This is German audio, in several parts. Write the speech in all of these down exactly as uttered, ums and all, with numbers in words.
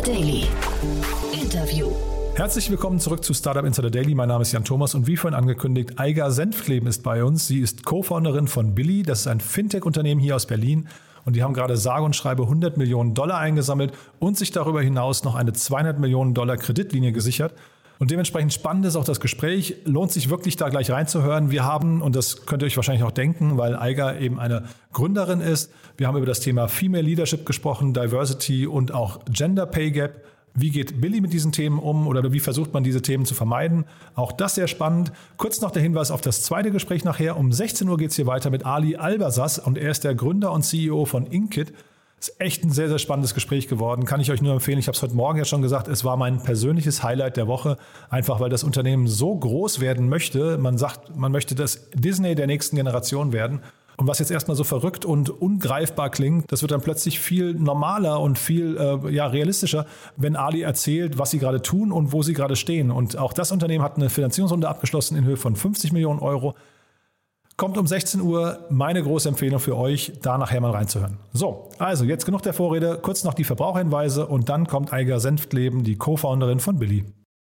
Daily. Interview. Herzlich willkommen zurück zu Startup Insider Daily. Mein Name ist Jan Thomas und wie vorhin angekündigt, Aiga Senftleben ist bei uns. Sie ist Co-Founderin von Billy. Das ist ein Fintech-Unternehmen hier aus Berlin. Und die haben gerade sage und schreibe hundert Millionen Dollar eingesammelt und sich darüber hinaus noch eine zweihundert Millionen Dollar Kreditlinie gesichert. Und dementsprechend spannend ist auch das Gespräch. Lohnt sich wirklich da gleich reinzuhören. Wir haben, und das könnt ihr euch wahrscheinlich auch denken, weil Aiga eben eine Gründerin ist, wir haben über das Thema Female Leadership gesprochen, Diversity und auch Gender Pay Gap. Wie geht Billy mit diesen Themen um oder wie versucht man diese Themen zu vermeiden? Auch das sehr spannend. Kurz noch der Hinweis auf das zweite Gespräch nachher. Um sechzehn Uhr geht es hier weiter mit Ali Albasas und er ist der Gründer und C E O von Inkit. Ist echt ein sehr, sehr spannendes Gespräch geworden. Kann ich euch nur empfehlen. Ich habe es heute Morgen ja schon gesagt. Es war mein persönliches Highlight der Woche. Einfach, weil das Unternehmen so groß werden möchte. Man sagt, man möchte das Disney der nächsten Generation werden. Und was jetzt erstmal so verrückt und ungreifbar klingt, das wird dann plötzlich viel normaler und viel äh, ja, realistischer, wenn Ali erzählt, was sie gerade tun und wo sie gerade stehen. Und auch das Unternehmen hat eine Finanzierungsrunde abgeschlossen in Höhe von fünfzig Millionen Euro. Kommt um sechzehn Uhr, meine große Empfehlung für euch, da nachher mal reinzuhören. So, also jetzt genug der Vorrede, kurz noch die Verbraucherhinweise und dann kommt Aiga Senftleben, die Co-Founderin von Billy.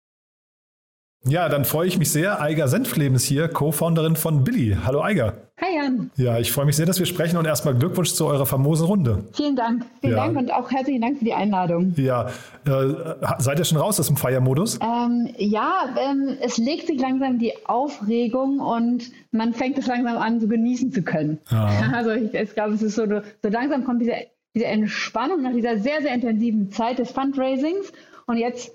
Ja, dann freue ich mich sehr. Aiga Senftleben ist hier, Co-Founderin von Billy. Hallo Aiga. Hi Jan. Ja, ich freue mich sehr, dass wir sprechen und erstmal Glückwunsch zu eurer famosen Runde. Vielen Dank. Vielen ja. Dank und auch herzlichen Dank für die Einladung. Ja, äh, seid ihr schon raus aus dem Feiermodus? Ähm, ja, ähm, es legt sich langsam die Aufregung und man fängt es langsam an, so genießen zu können. Ja. Also ich, ich glaube, es ist so, so langsam kommt diese, diese Entspannung nach dieser sehr, sehr intensiven Zeit des Fundraisings und jetzt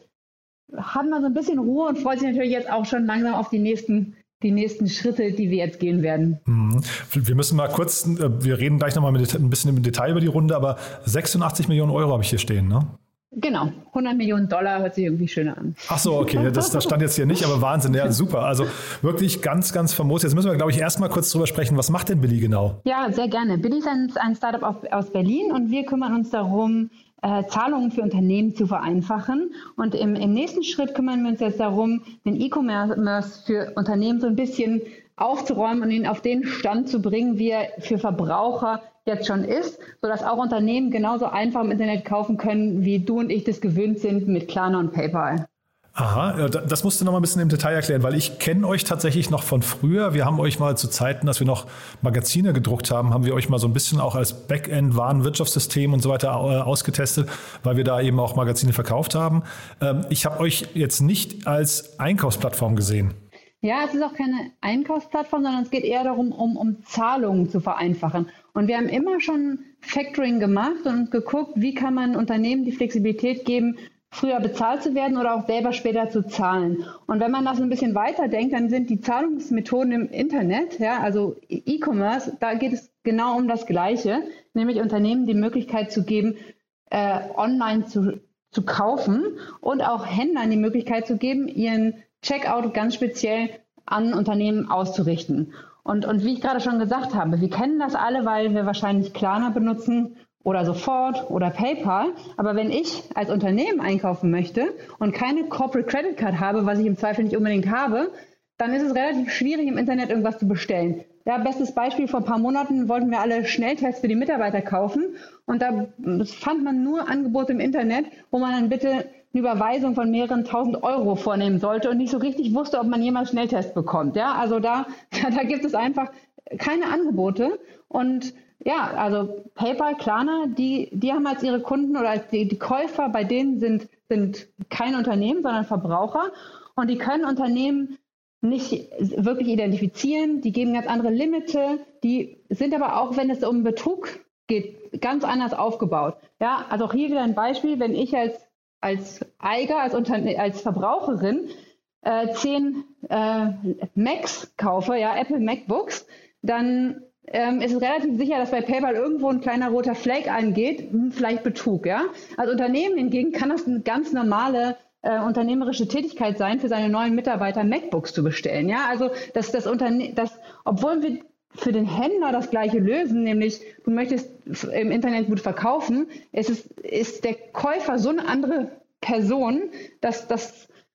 hat man so ein bisschen Ruhe und freut sich natürlich jetzt auch schon langsam auf die nächsten die nächsten Schritte, die wir jetzt gehen werden. Wir müssen mal kurz, wir reden gleich nochmal ein bisschen im Detail über die Runde, aber sechsundachtzig Millionen Euro habe ich hier stehen, ne? Genau, hundert Millionen Dollar hört sich irgendwie schöner an. Ach so, okay, das, das stand jetzt hier nicht, aber Wahnsinn, ja, super. Also wirklich ganz, ganz famos. Jetzt müssen wir, glaube ich, erstmal kurz drüber sprechen, was macht denn Billy genau? Ja, sehr gerne. Billy ist ein, ein Startup auf, aus Berlin und wir kümmern uns darum, Äh, Zahlungen für Unternehmen zu vereinfachen. Und im, im nächsten Schritt kümmern wir uns jetzt darum, den E-Commerce für Unternehmen so ein bisschen aufzuräumen und ihn auf den Stand zu bringen, wie er für Verbraucher jetzt schon ist, sodass auch Unternehmen genauso einfach im Internet kaufen können, wie du und ich das gewöhnt sind mit Klarna und PayPal. Aha, das musst du noch mal ein bisschen im Detail erklären, weil ich kenne euch tatsächlich noch von früher. Wir haben euch mal zu Zeiten, dass wir noch Magazine gedruckt haben, haben wir euch mal so ein bisschen auch als Backend-Warenwirtschaftssystem und so weiter ausgetestet, weil wir da eben auch Magazine verkauft haben. Ich habe euch jetzt nicht als Einkaufsplattform gesehen. Ja, es ist auch keine Einkaufsplattform, sondern es geht eher darum, um, um Zahlungen zu vereinfachen. Und wir haben immer schon Factoring gemacht und geguckt, wie kann man Unternehmen die Flexibilität geben, früher bezahlt zu werden oder auch selber später zu zahlen. Und wenn man das ein bisschen weiterdenkt, dann sind die Zahlungsmethoden im Internet, ja, also E-Commerce, da geht es genau um das Gleiche, nämlich Unternehmen die Möglichkeit zu geben, äh, online zu, zu kaufen und auch Händlern die Möglichkeit zu geben, ihren Checkout ganz speziell an Unternehmen auszurichten. Und, und wie ich gerade schon gesagt habe, wir kennen das alle, weil wir wahrscheinlich Klarna benutzen oder Sofort oder PayPal. Aber wenn ich als Unternehmen einkaufen möchte und keine Corporate Credit Card habe, was ich im Zweifel nicht unbedingt habe, dann ist es relativ schwierig, im Internet irgendwas zu bestellen. Ja, bestes Beispiel, vor ein paar Monaten wollten wir alle Schnelltests für die Mitarbeiter kaufen und da fand man nur Angebote im Internet, wo man dann bitte eine Überweisung von mehreren tausend Euro vornehmen sollte und nicht so richtig wusste, ob man jemals Schnelltest bekommt. Ja, also da, da gibt es einfach keine Angebote und ja, also PayPal, Klarna, die, die haben als ihre Kunden oder als die, die Käufer, bei denen sind, sind kein Unternehmen, sondern Verbraucher und die können Unternehmen nicht wirklich identifizieren, die geben ganz andere Limite, die sind aber auch, wenn es um Betrug geht, ganz anders aufgebaut. Ja, also auch hier wieder ein Beispiel, wenn ich als, als Aiga, als, Unterne- als Verbraucherin äh, zehn äh, Macs kaufe, ja, Apple MacBooks, dann Ähm, ist es relativ sicher, dass bei PayPal irgendwo ein kleiner roter Flag angeht, vielleicht Betrug. Ja? Als Unternehmen hingegen kann das eine ganz normale äh, unternehmerische Tätigkeit sein, für seine neuen Mitarbeiter MacBooks zu bestellen. Ja? Also dass das Unternehmen, das, obwohl wir für den Händler das Gleiche lösen, nämlich du möchtest im Internet gut verkaufen, ist, es, ist der Käufer so eine andere Person, dass das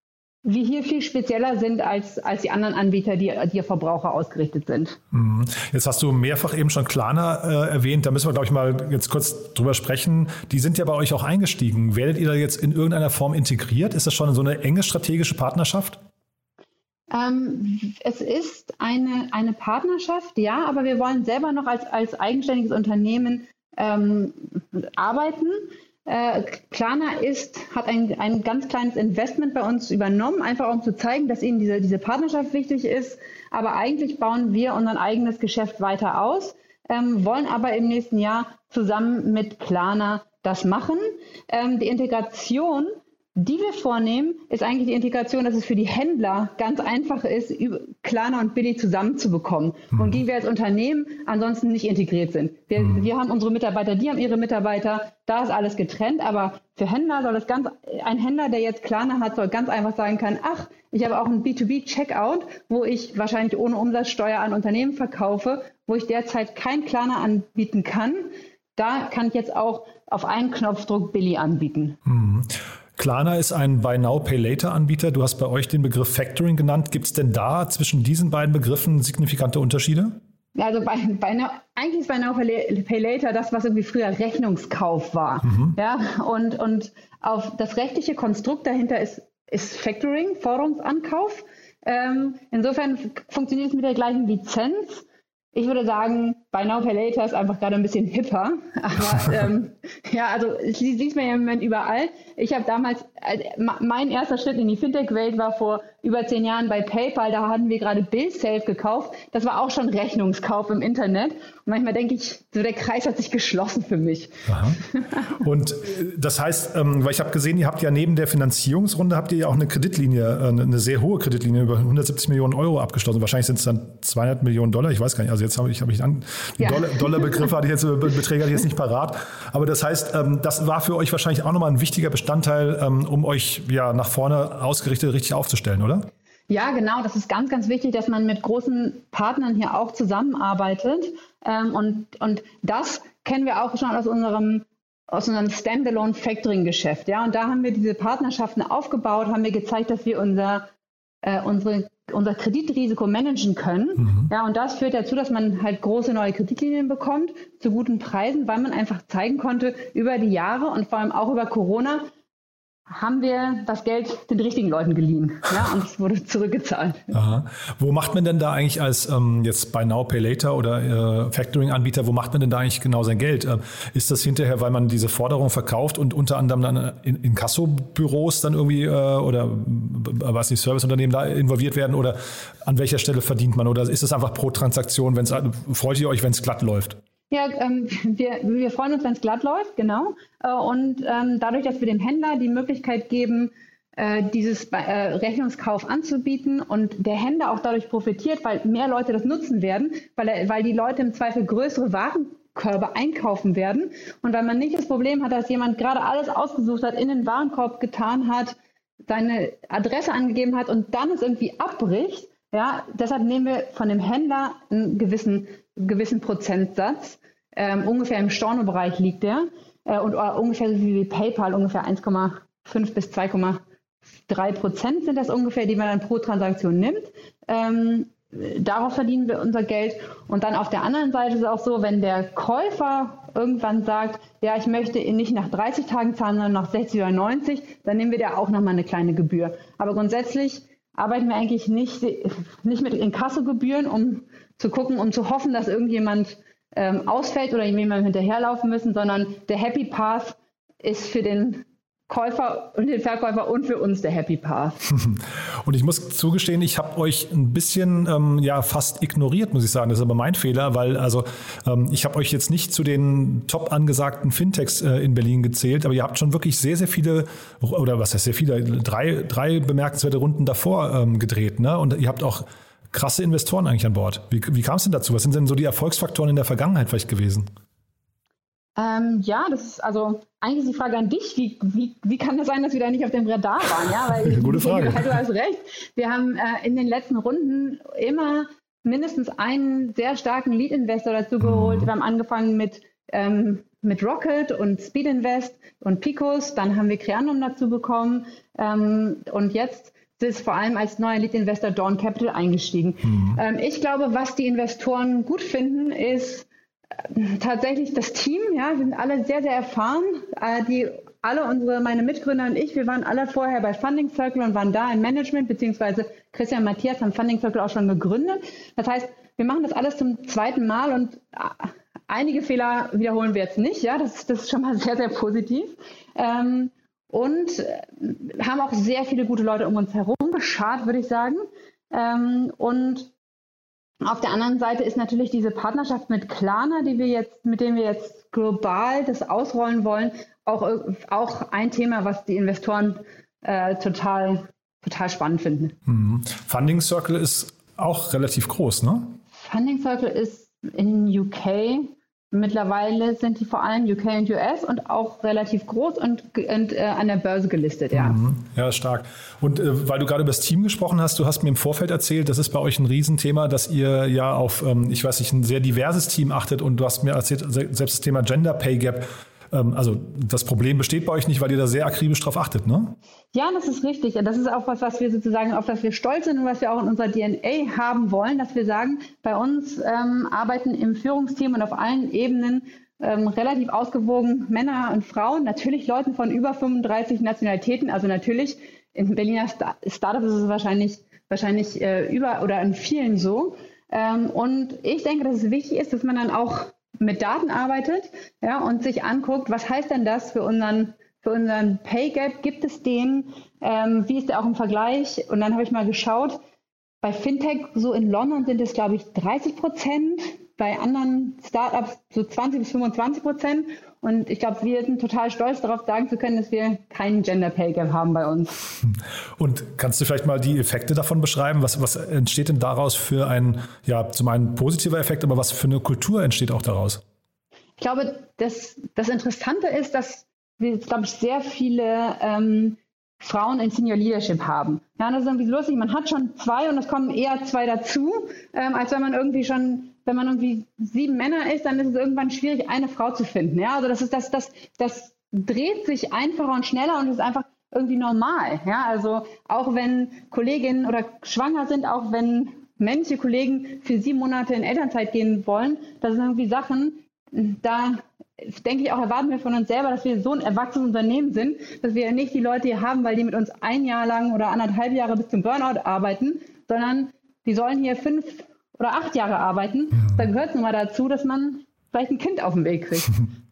wir hier viel spezieller sind als, als die anderen Anbieter, die, die auf Verbraucher ausgerichtet sind. Jetzt hast du mehrfach eben schon Klarna äh, erwähnt. Da müssen wir, glaube ich, mal jetzt kurz drüber sprechen. Die sind ja bei euch auch eingestiegen. Werdet ihr da jetzt in irgendeiner Form integriert? Ist das schon so eine enge strategische Partnerschaft? Ähm, es ist eine, eine Partnerschaft, ja, aber wir wollen selber noch als, als eigenständiges Unternehmen ähm, arbeiten. Äh, Klarna ist, hat ein, ein ganz kleines Investment bei uns übernommen, einfach um zu zeigen, dass ihnen diese, diese Partnerschaft wichtig ist. Aber eigentlich bauen wir unser eigenes Geschäft weiter aus, ähm, wollen aber im nächsten Jahr zusammen mit Klarna das machen. Ähm, die Integration, die wir vornehmen, ist eigentlich die Integration, dass es für die Händler ganz einfach ist, Klarna und Billy zusammenzubekommen, mhm. und die wir als Unternehmen ansonsten nicht integriert sind. Wir, mhm. wir haben unsere Mitarbeiter, die haben ihre Mitarbeiter, da ist alles getrennt, aber für Händler soll es ganz, ein Händler, der jetzt Klarna hat, soll ganz einfach sagen können, ach, ich habe auch einen B zwei B Checkout, wo ich wahrscheinlich ohne Umsatzsteuer an Unternehmen verkaufe, wo ich derzeit kein Klarna anbieten kann. Da kann ich jetzt auch auf einen Knopfdruck Billy anbieten. Mhm. Klarna ist ein Buy Now, Pay Later Anbieter. Du hast bei euch den Begriff Factoring genannt. Gibt es denn da zwischen diesen beiden Begriffen signifikante Unterschiede? Also bei, bei Now, eigentlich ist Buy Now, Pay Later das, was irgendwie früher Rechnungskauf war. Mhm. Ja, und, und auf das rechtliche Konstrukt dahinter ist, ist Factoring, Forderungsankauf. Ähm, insofern funktioniert es mit der gleichen Lizenz. Ich würde sagen, Buy Now, Pay Later ist einfach gerade ein bisschen hipper. Aber ähm, ja, also sie sieht man ja im Moment überall. Ich habe damals, also, mein erster Schritt in die Fintech-Welt war vor über zehn Jahren bei PayPal. Da hatten wir gerade BillSafe gekauft. Das war auch schon Rechnungskauf im Internet. Und manchmal denke ich, so der Kreis hat sich geschlossen für mich. Aha. Und das heißt, ähm, weil ich habe gesehen, ihr habt ja neben der Finanzierungsrunde habt ihr ja auch eine Kreditlinie, äh, eine sehr hohe Kreditlinie über hundertsiebzig Millionen Euro abgeschlossen. Wahrscheinlich sind es dann zweihundert Millionen Dollar. Ich weiß gar nicht. Also jetzt habe ich, hab ich an, ja. Dollar, Dollarbegriffe hatte ich jetzt, Beträge hatte ich jetzt nicht parat. Aber das heißt, ähm, das war für euch wahrscheinlich auch nochmal ein wichtiger Bestandteil, ähm, um euch ja nach vorne ausgerichtet richtig aufzustellen, oder? Ja, genau. Das ist ganz, ganz wichtig, dass man mit großen Partnern hier auch zusammenarbeitet. Ähm, und, und das kennen wir auch schon aus unserem, aus unserem Standalone-Factoring-Geschäft. Ja? Und da haben wir diese Partnerschaften aufgebaut, haben wir gezeigt, dass wir unser, äh, unsere, unser Kreditrisiko managen können. Mhm. Ja, und das führt dazu, dass man halt große neue Kreditlinien bekommt zu guten Preisen, weil man einfach zeigen konnte, über die Jahre und vor allem auch über Corona, haben wir das Geld den richtigen Leuten geliehen, ja, und es wurde zurückgezahlt. Aha. Wo macht man denn da eigentlich als ähm, jetzt Buy Now, Pay Later oder äh, Factoring-Anbieter, wo macht man denn da eigentlich genau sein Geld? Ähm, ist das hinterher, weil man diese Forderung verkauft und unter anderem dann in, in Inkassobüros dann irgendwie äh, oder was nicht, Serviceunternehmen da involviert werden, oder an welcher Stelle verdient man, oder ist es einfach pro Transaktion, wenn's, freut ihr euch, wenn es glatt läuft? Ja, ähm, wir, wir freuen uns, wenn es glatt läuft, genau. Äh, und ähm, dadurch, dass wir dem Händler die Möglichkeit geben, äh, dieses äh, Rechnungskauf anzubieten und der Händler auch dadurch profitiert, weil mehr Leute das nutzen werden, weil, er, weil die Leute im Zweifel größere Warenkörbe einkaufen werden und weil man nicht das Problem hat, dass jemand gerade alles ausgesucht hat, in den Warenkorb getan hat, seine Adresse angegeben hat und dann es irgendwie abbricht. Ja, deshalb nehmen wir von dem Händler einen gewissen gewissen Prozentsatz, ähm, ungefähr im Storno-Bereich liegt der, äh, und uh, ungefähr so wie PayPal, ungefähr eins Komma fünf bis zwei Komma drei Prozent sind das ungefähr, die man dann pro Transaktion nimmt. Ähm, darauf verdienen wir unser Geld. Und dann auf der anderen Seite ist es auch so, wenn der Käufer irgendwann sagt, ja, ich möchte ihn nicht nach dreißig Tagen zahlen, sondern nach sechzig oder neunzig, dann nehmen wir da auch nochmal eine kleine Gebühr. Aber grundsätzlich arbeiten wir eigentlich nicht, nicht mit Inkassogebühren, um zu gucken, um zu hoffen, dass irgendjemand ähm, ausfällt oder jemandem hinterherlaufen müssen, sondern der Happy Path ist für den Käufer und den Verkäufer und für uns der Happy Path. Und ich muss zugestehen, ich habe euch ein bisschen ähm, ja fast ignoriert, muss ich sagen. Das ist aber mein Fehler, weil also ähm, ich habe euch jetzt nicht zu den top angesagten Fintechs äh, in Berlin gezählt, aber ihr habt schon wirklich sehr, sehr viele, oder was heißt sehr viele, drei, drei bemerkenswerte Runden davor ähm, gedreht, ne? Und ihr habt auch krasse Investoren eigentlich an Bord. Wie, wie kam es denn dazu? Was sind denn so die Erfolgsfaktoren in der Vergangenheit vielleicht gewesen? Ähm, ja, das ist also eigentlich ist die Frage an dich. Wie, wie, wie kann das sein, dass wir da nicht auf dem Radar waren? Ja, weil gute Frage. Du, du hast recht. Wir haben äh, in den letzten Runden immer mindestens einen sehr starken Lead-Investor dazu geholt. Mhm. Wir haben angefangen mit, ähm, mit Rocket und Speed Invest und Picos. Dann haben wir Creandum dazu bekommen. Ähm, und jetzt ist vor allem als neuer Lead-Investor Dawn Capital eingestiegen. Mhm. Ähm, ich glaube, was die Investoren gut finden, ist äh, tatsächlich das Team. Ja, wir sind alle sehr, sehr erfahren. Äh, die alle unsere, meine Mitgründer und ich, wir waren alle vorher bei Funding Circle und waren da im Management, beziehungsweise Christian und Matthias haben Funding Circle auch schon gegründet. Das heißt, wir machen das alles zum zweiten Mal und einige Fehler wiederholen wir jetzt nicht. Ja, das, das ist schon mal sehr, sehr positiv. Ähm, und haben auch sehr viele gute Leute um uns herum geschart, würde ich sagen. Ähm, und auf der anderen Seite ist natürlich diese Partnerschaft mit Klarna, die wir jetzt, mit dem wir jetzt global das ausrollen wollen, auch, auch ein Thema, was die Investoren äh, total, total spannend finden. Mhm. Funding Circle ist auch relativ groß, ne? Funding Circle ist in U K. Mittlerweile sind die vor allem U K und U S und auch relativ groß und, und äh, an der Börse gelistet, ja. Mhm. Ja, stark. Und äh, weil du gerade über das Team gesprochen hast, du hast mir im Vorfeld erzählt, das ist bei euch ein Riesenthema, dass ihr ja auf, ähm, ich weiß nicht, ein sehr diverses Team achtet und du hast mir erzählt, selbst das Thema Gender Pay Gap, ähm, also das Problem besteht bei euch nicht, weil ihr da sehr akribisch drauf achtet, ne? Ja, das ist richtig. Das ist auch was, was wir sozusagen, auf das wir stolz sind und was wir auch in unserer D N A haben wollen, dass wir sagen, bei uns ähm, arbeiten im Führungsteam und auf allen Ebenen ähm, relativ ausgewogen Männer und Frauen, natürlich Leute von über fünfunddreißig Nationalitäten, also natürlich in Berliner Star- Startups ist es wahrscheinlich, wahrscheinlich äh, über oder in vielen so. Ähm, und ich denke, dass es wichtig ist, dass man dann auch mit Daten arbeitet, ja, und sich anguckt, was heißt denn das für unseren Für unseren Pay Gap, gibt es den, ähm, wie ist der auch im Vergleich? Und dann habe ich mal geschaut, bei Fintech, so in London sind es, glaube ich, dreißig Prozent, bei anderen Startups so zwanzig bis fünfundzwanzig Prozent. Und ich glaube, wir sind total stolz darauf, sagen zu können, dass wir keinen Gender Pay Gap haben bei uns. Und kannst du vielleicht mal die Effekte davon beschreiben? Was, was entsteht denn daraus für ein, ja, zum einen positiver Effekt, aber was für eine Kultur entsteht auch daraus? Ich glaube, das, das Interessante ist, dass wir, glaube ich, sehr viele ähm, Frauen in Senior Leadership haben. Ja, das ist irgendwie so lustig. Man hat schon zwei und es kommen eher zwei dazu, ähm, als wenn man irgendwie schon, wenn man irgendwie sieben Männer ist, dann ist es irgendwann schwierig, eine Frau zu finden. Ja, also das ist das, das, das dreht sich einfacher und schneller und ist einfach irgendwie normal. Ja, also auch wenn Kolleginnen oder schwanger sind, auch wenn männliche Kollegen für sieben Monate in Elternzeit gehen wollen, das sind irgendwie Sachen, da denke ich auch, erwarten wir von uns selber, dass wir so ein erwachsenes Unternehmen sind, dass wir nicht die Leute hier haben, weil die mit uns ein Jahr lang oder anderthalb Jahre bis zum Burnout arbeiten, sondern die sollen hier fünf oder acht Jahre arbeiten. Da gehört es nun mal dazu, dass man vielleicht ein Kind auf den Weg kriegt.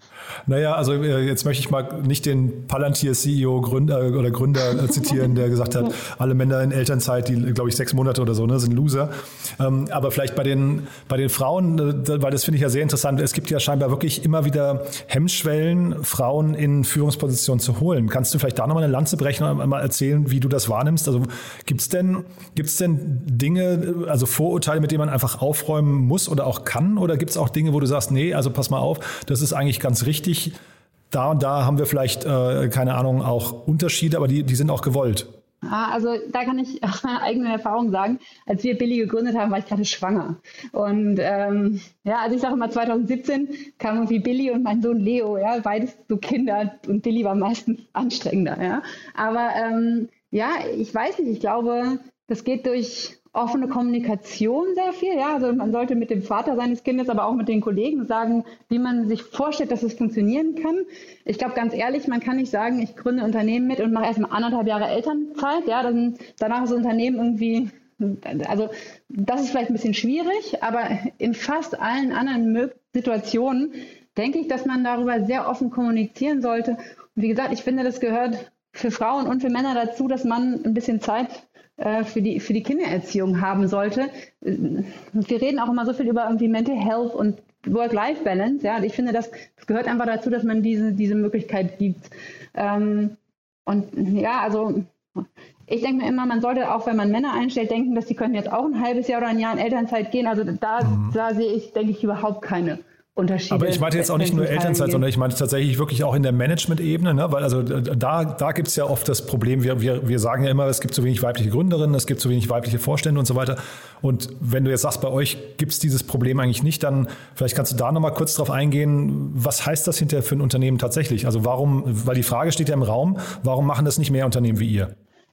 Naja, also jetzt möchte ich mal nicht den Palantir-C E O Gründer oder Gründer zitieren, der gesagt hat, alle Männer in Elternzeit, die, glaube ich, sechs Monate oder so, ne, sind Loser. Ähm, aber vielleicht bei den, bei den Frauen, weil das finde ich ja sehr interessant, es gibt ja scheinbar wirklich immer wieder Hemmschwellen, Frauen in Führungspositionen zu holen. Kannst du vielleicht da nochmal eine Lanze brechen und mal erzählen, wie du das wahrnimmst? Also gibt's denn, gibt's denn Dinge, also Vorurteile, mit denen man einfach aufräumen muss oder auch kann? Oder gibt es auch Dinge, wo du sagst, nee, also pass mal auf, das ist eigentlich ganz richtig. Da und da haben wir vielleicht, äh, keine Ahnung, auch Unterschiede, aber die, die sind auch gewollt. Ah, also da kann ich aus meiner eigenen Erfahrung sagen, als wir Billy gegründet haben, war ich gerade schwanger. Und ähm, ja, also ich sage immer, zwanzig siebzehn kamen irgendwie Billy und mein Sohn Leo, ja, beides so Kinder und Billy war meistens anstrengender. Ja. Aber ähm, ja, ich weiß nicht, ich glaube, das geht durch offene Kommunikation sehr viel. Ja, also man sollte mit dem Vater seines Kindes, aber auch mit den Kollegen sagen, wie man sich vorstellt, dass es funktionieren kann. Ich glaube, ganz ehrlich, man kann nicht sagen, ich gründe Unternehmen mit und mache erstmal anderthalb Jahre Elternzeit. Ja, dann, danach ist das Unternehmen irgendwie, also das ist vielleicht ein bisschen schwierig, aber in fast allen anderen Situationen denke ich, dass man darüber sehr offen kommunizieren sollte. Und wie gesagt, ich finde, das gehört für Frauen und für Männer dazu, dass man ein bisschen Zeit für die, für die Kindererziehung haben sollte. Wir reden auch immer so viel über irgendwie Mental Health und Work-Life-Balance. Ja, und ich finde, das, das gehört einfach dazu, dass man diese, diese Möglichkeit gibt. Ähm, und ja, also ich denke mir immer, man sollte auch, wenn man Männer einstellt, denken, dass die können jetzt auch ein halbes Jahr oder ein Jahr in Elternzeit gehen. Also da, mhm. da sehe ich, denke ich, überhaupt keine Unterschiede. Aber ich meinte jetzt auch nicht nur Elternzeit, sondern ich meinte tatsächlich wirklich auch in der Management-Ebene, ne? Weil also da, da gibt es ja oft das Problem, wir, wir, wir sagen ja immer, es gibt zu wenig weibliche Gründerinnen, es gibt zu wenig weibliche Vorstände und so weiter. Und wenn du jetzt sagst, bei euch gibt es dieses Problem eigentlich nicht, dann vielleicht kannst du da nochmal kurz drauf eingehen, was heißt das hinterher für ein Unternehmen tatsächlich? Also warum, weil die Frage steht ja im Raum, warum machen das nicht mehr Unternehmen wie ihr?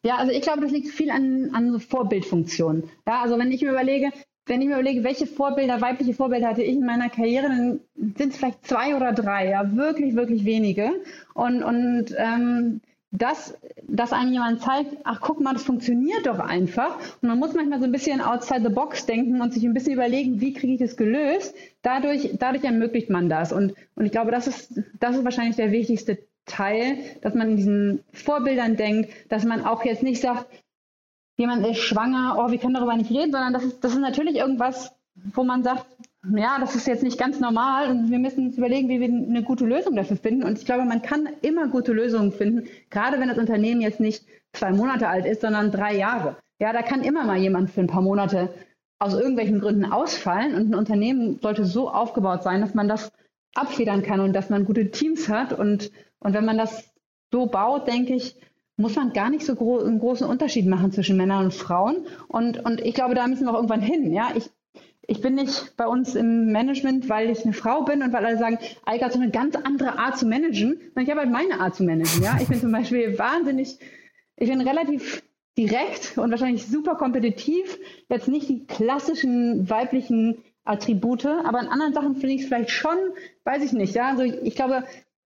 Ja, also ich glaube, das liegt viel an, an so Vorbildfunktionen. Ja, also wenn ich mir überlege, wenn ich mir überlege, welche Vorbilder, weibliche Vorbilder hatte ich in meiner Karriere, dann sind es vielleicht zwei oder drei, ja, wirklich, wirklich wenige. Und, und ähm, das, dass einem jemand zeigt, ach guck mal, das funktioniert doch einfach. Und man muss manchmal so ein bisschen outside the box denken und sich ein bisschen überlegen, wie kriege ich das gelöst. Dadurch, dadurch ermöglicht man das. Und, und ich glaube, das ist, das ist wahrscheinlich der wichtigste Teil, dass man in diesen Vorbildern denkt, dass man auch jetzt nicht sagt, jemand ist schwanger, oh, wir können darüber nicht reden, sondern das ist, das ist natürlich irgendwas, wo man sagt, ja, das ist jetzt nicht ganz normal und wir müssen uns überlegen, wie wir eine gute Lösung dafür finden. Und ich glaube, man kann immer gute Lösungen finden, gerade wenn das Unternehmen jetzt nicht zwei Monate alt ist, sondern drei Jahre. Ja, da kann immer mal jemand für ein paar Monate aus irgendwelchen Gründen ausfallen und ein Unternehmen sollte so aufgebaut sein, dass man das abfedern kann und dass man gute Teams hat. Und, und wenn man das so baut, denke ich, muss man gar nicht so gro- einen großen Unterschied machen zwischen Männern und Frauen. Und, und ich glaube, da müssen wir auch irgendwann hin. Ja, ich Ich bin nicht bei uns im Management, weil ich eine Frau bin und weil alle sagen, Eiger hat so eine ganz andere Art zu managen. Und ich habe halt meine Art zu managen. Ja? Ich bin zum Beispiel wahnsinnig, ich bin relativ direkt und wahrscheinlich super kompetitiv. Jetzt nicht die klassischen weiblichen Attribute, aber in anderen Sachen finde ich es vielleicht schon, weiß ich nicht. Ja? Also ich glaube,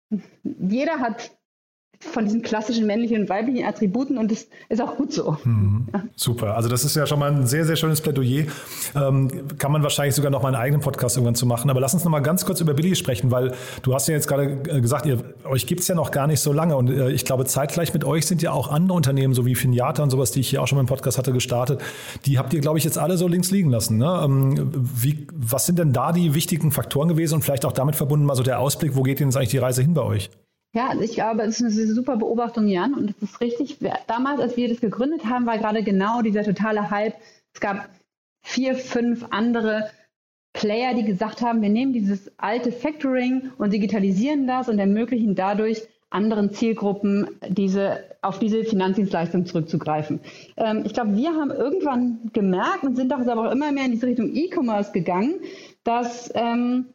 jeder hat von diesen klassischen männlichen und weiblichen Attributen und das ist auch gut so. Mhm. Ja. Super, also das ist ja schon mal ein sehr, sehr schönes Plädoyer. Ähm, kann man wahrscheinlich sogar noch mal einen eigenen Podcast irgendwann zu machen, aber lass uns noch mal ganz kurz über Billy sprechen, weil du hast ja jetzt gerade gesagt, ihr, euch gibt es ja noch gar nicht so lange und äh, ich glaube zeitgleich mit euch sind ja auch andere Unternehmen, so wie Finiata und sowas, die ich hier auch schon mal im Podcast hatte, gestartet. Die habt ihr, glaube ich, jetzt alle so links liegen lassen. Ne? Ähm, wie, was sind denn da die wichtigen Faktoren gewesen und vielleicht auch damit verbunden mal so der Ausblick, wo geht denn jetzt eigentlich die Reise hin bei euch? Ja, ich glaube, das ist eine super Beobachtung, Jan, und das ist richtig. Damals, als wir das gegründet haben, war gerade genau dieser totale Hype. Es gab vier, fünf andere Player, die gesagt haben, wir nehmen dieses alte Factoring und digitalisieren das und ermöglichen dadurch anderen Zielgruppen, diese, auf diese Finanzdienstleistung zurückzugreifen. Ähm, ich glaube, wir haben irgendwann gemerkt und sind auch, aber auch immer mehr in diese Richtung E-Commerce gegangen, dass, ähm,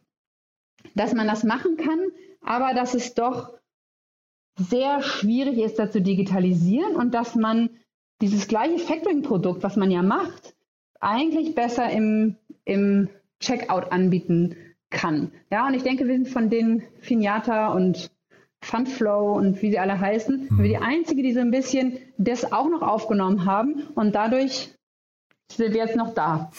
dass man das machen kann, aber dass es doch sehr schwierig ist, das zu digitalisieren und dass man dieses gleiche Factoring-Produkt, was man ja macht, eigentlich besser im, im Checkout anbieten kann. Ja, und ich denke, wir sind von den Finiata und Fundflow und wie sie alle heißen, mhm. wir die Einzige, die so ein bisschen das auch noch aufgenommen haben und dadurch sind wir jetzt noch da.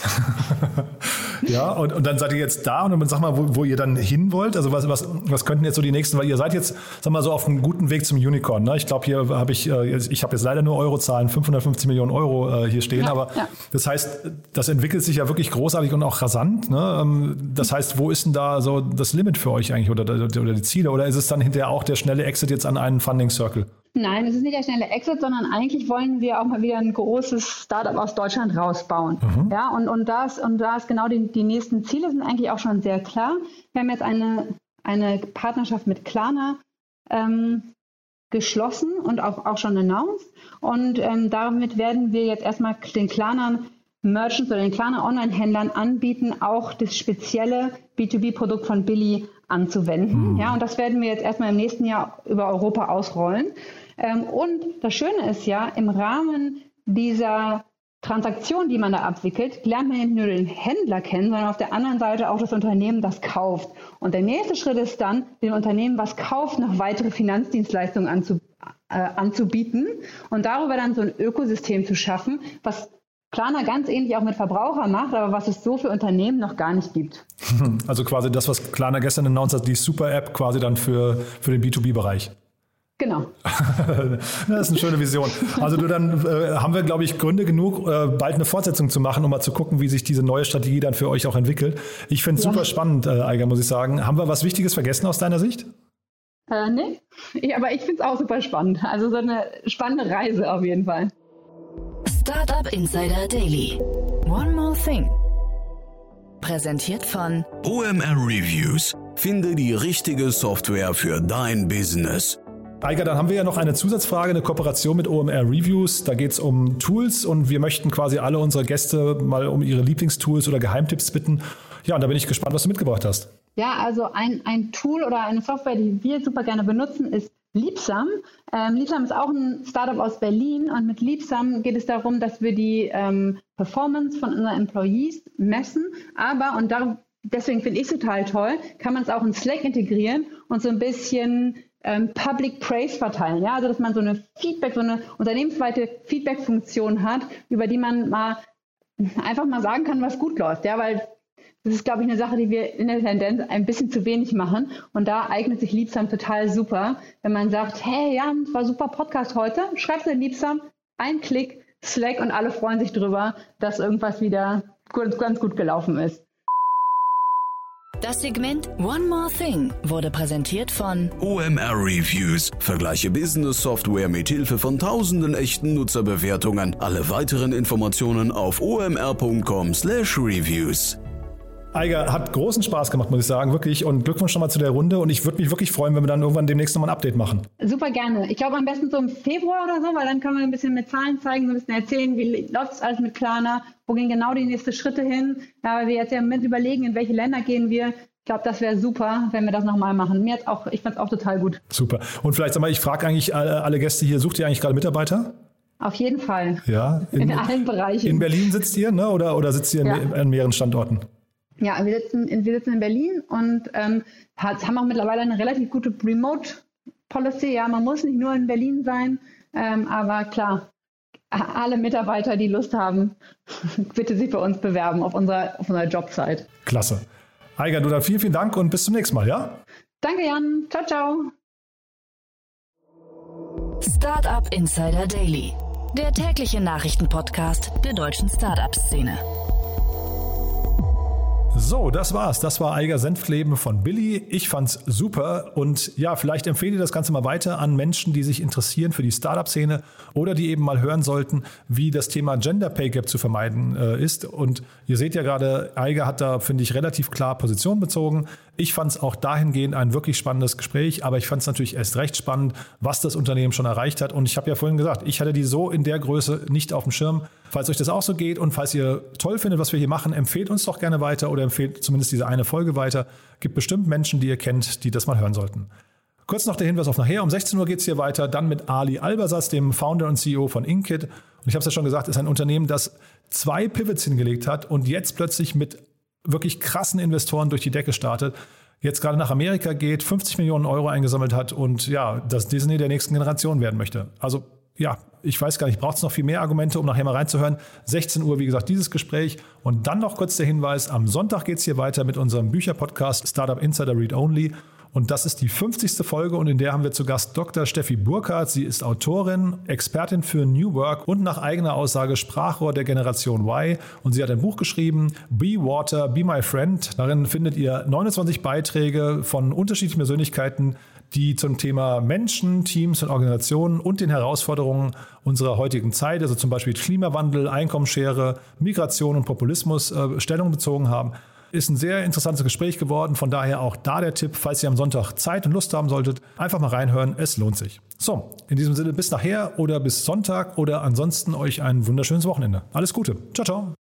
Ja, und, und dann seid ihr jetzt da und dann sag mal, wo, wo ihr dann hin wollt. Also was, was, was könnten jetzt so die nächsten, weil ihr seid jetzt, sag mal, so auf einem guten Weg zum Unicorn. Ne? Ich glaube, hier habe ich, ich habe jetzt leider nur Eurozahlen, fünfhundertfünfzig Millionen Euro hier stehen, ja, aber ja. Das heißt, das entwickelt sich ja wirklich großartig und auch rasant. Ne? Das heißt, wo ist denn da so das Limit für euch eigentlich oder, oder die Ziele? Oder ist es dann hinterher auch der schnelle Exit jetzt an einen Funding Circle? Nein, es ist nicht der schnelle Exit, sondern eigentlich wollen wir auch mal wieder ein großes Startup aus Deutschland rausbauen. Mhm. Ja, und, und da ist, und da ist genau die, die nächsten Ziele sind eigentlich auch schon sehr klar. Wir haben jetzt eine, eine Partnerschaft mit Klarna ähm, geschlossen und auch, auch schon announced. Und ähm, damit werden wir jetzt erstmal den Klarna Merchants oder den Klarna Online-Händlern anbieten, auch das spezielle B zwei B-Produkt von Billy anzuwenden. Mhm. Ja, und das werden wir jetzt erstmal im nächsten Jahr über Europa ausrollen. Ähm, und das Schöne ist ja, im Rahmen dieser Transaktion, die man da abwickelt, lernt man nicht nur den Händler kennen, sondern auf der anderen Seite auch das Unternehmen, das kauft. Und der nächste Schritt ist dann, dem Unternehmen, was kauft, noch weitere Finanzdienstleistungen anzu, äh, anzubieten und darüber dann so ein Ökosystem zu schaffen, was Klarna ganz ähnlich auch mit Verbrauchern macht, aber was es so für Unternehmen noch gar nicht gibt. Also quasi das, was Klarna gestern announced hat, die Super-App quasi dann für, für den B zwei B-Bereich. Genau. Das ist eine schöne Vision. Also du, dann äh, haben wir, glaube ich, Gründe genug, äh, bald eine Fortsetzung zu machen, um mal zu gucken, wie sich diese neue Strategie dann für euch auch entwickelt. Ich finde es ja super spannend, äh, Eiger, muss ich sagen. Haben wir was Wichtiges vergessen aus deiner Sicht? Äh, nee, ich, aber ich finde es auch super spannend. Also so eine spannende Reise auf jeden Fall. Startup Insider Daily. One more thing. Präsentiert von O M R Reviews. Finde die richtige Software für dein Business. Eiger, dann haben wir ja noch eine Zusatzfrage, eine Kooperation mit O M R Reviews. Da geht es um Tools und wir möchten quasi alle unsere Gäste mal um ihre Lieblingstools oder Geheimtipps bitten. Ja, und da bin ich gespannt, was du mitgebracht hast. Ja, also ein, ein Tool oder eine Software, die wir super gerne benutzen, ist Liebsam. Ähm, Liebsam ist auch ein Startup aus Berlin und mit Liebsam geht es darum, dass wir die ähm, Performance von unseren Employees messen, aber, und darum, deswegen finde ich es total toll, kann man es auch in Slack integrieren und so ein bisschen ähm, Public Praise verteilen. Ja? Also dass man so eine Feedback, so eine unternehmensweite Feedback-Funktion hat, über die man mal einfach mal sagen kann, was gut läuft. Ja? Weil das ist, glaube ich, eine Sache, die wir in der Tendenz ein bisschen zu wenig machen. Und da eignet sich Liebsam total super, wenn man sagt, hey Jan, es war super Podcast heute, schreib's in Liebsam, ein Klick, Slack und alle freuen sich drüber, dass irgendwas wieder gut, ganz gut gelaufen ist. Das Segment One More Thing wurde präsentiert von O M R Reviews. Vergleiche Business-Software mit Hilfe von tausenden echten Nutzerbewertungen. Alle weiteren Informationen auf o m r punkt com slash reviews. Aiga, hat großen Spaß gemacht, muss ich sagen, wirklich. Und Glückwunsch nochmal zu der Runde. Und ich würde mich wirklich freuen, wenn wir dann irgendwann demnächst nochmal ein Update machen. Super gerne. Ich glaube am besten so im Februar oder so, weil dann können wir ein bisschen mit Zahlen zeigen, so ein bisschen erzählen, wie läuft es alles mit Klarna, wo gehen genau die nächsten Schritte hin. Ja, weil wir jetzt ja mit überlegen, in welche Länder gehen wir. Ich glaube, das wäre super, wenn wir das nochmal machen. Mir hat's auch, ich fand es auch total gut. Super. Und vielleicht, sag mal, ich frage eigentlich alle, alle Gäste hier, sucht ihr eigentlich gerade Mitarbeiter? Auf jeden Fall. Ja. In, in allen Bereichen. In Berlin sitzt ihr, ne? Oder, oder sitzt ihr ja. in, an mehreren Standorten? Ja, wir sitzen, wir sitzen in Berlin und ähm, haben auch mittlerweile eine relativ gute Remote-Policy. Ja, man muss nicht nur in Berlin sein, ähm, aber klar, alle Mitarbeiter, die Lust haben, bitte sich bei uns bewerben auf unserer, auf unserer Jobsite. Klasse. Aiga, du dann vielen, vielen Dank und bis zum nächsten Mal, ja? Danke, Jan. Ciao, ciao. Startup Insider Daily, der tägliche Nachrichtenpodcast der deutschen Startup-Szene. So, das war's. Das war Aiga Senftleben von Billy. Ich fand's super und ja, vielleicht empfehle ich das Ganze mal weiter an Menschen, die sich interessieren für die Startup-Szene oder die eben mal hören sollten, wie das Thema Gender Pay Gap zu vermeiden äh, ist. Und ihr seht ja gerade, Aiga hat da, finde ich, relativ klar Position bezogen. Ich fand es auch dahingehend ein wirklich spannendes Gespräch, aber ich fand es natürlich erst recht spannend, was das Unternehmen schon erreicht hat. Und ich habe ja vorhin gesagt, ich hatte die so in der Größe nicht auf dem Schirm. Falls euch das auch so geht und falls ihr toll findet, was wir hier machen, empfehlt uns doch gerne weiter oder empfehlt zumindest diese eine Folge weiter. Gibt bestimmt Menschen, die ihr kennt, die das mal hören sollten. Kurz noch der Hinweis auf nachher. Um sechzehn Uhr geht es hier weiter, dann mit Ali Albasatz, dem Founder und C E O von Inkit. Und ich habe es ja schon gesagt, ist ein Unternehmen, das zwei Pivots hingelegt hat und jetzt plötzlich mit wirklich krassen Investoren durch die Decke startet. Jetzt gerade nach Amerika geht, fünfzig Millionen Euro eingesammelt hat und ja, das Disney der nächsten Generation werden möchte. Also ja, ich weiß gar nicht, braucht es noch viel mehr Argumente, um nachher mal reinzuhören. sechzehn Uhr, wie gesagt, dieses Gespräch. Und dann noch kurz der Hinweis, am Sonntag geht es hier weiter mit unserem Bücherpodcast Startup Insider Read Only. Und das ist die fünfzigste Folge und in der haben wir zu Gast Doktor Steffi Burkhardt. Sie ist Autorin, Expertin für New Work und nach eigener Aussage Sprachrohr der Generation Y. Und sie hat ein Buch geschrieben, Be Water, Be My Friend. Darin findet ihr neunundzwanzig Beiträge von unterschiedlichen Persönlichkeiten, die zum Thema Menschen, Teams und Organisationen und den Herausforderungen unserer heutigen Zeit, also zum Beispiel Klimawandel, Einkommensschere, Migration und Populismus, äh, Stellung bezogen haben. Ist ein sehr interessantes Gespräch geworden, von daher auch da der Tipp, falls ihr am Sonntag Zeit und Lust haben solltet, einfach mal reinhören, es lohnt sich. So, in diesem Sinne bis nachher oder bis Sonntag oder ansonsten euch ein wunderschönes Wochenende. Alles Gute, ciao, ciao.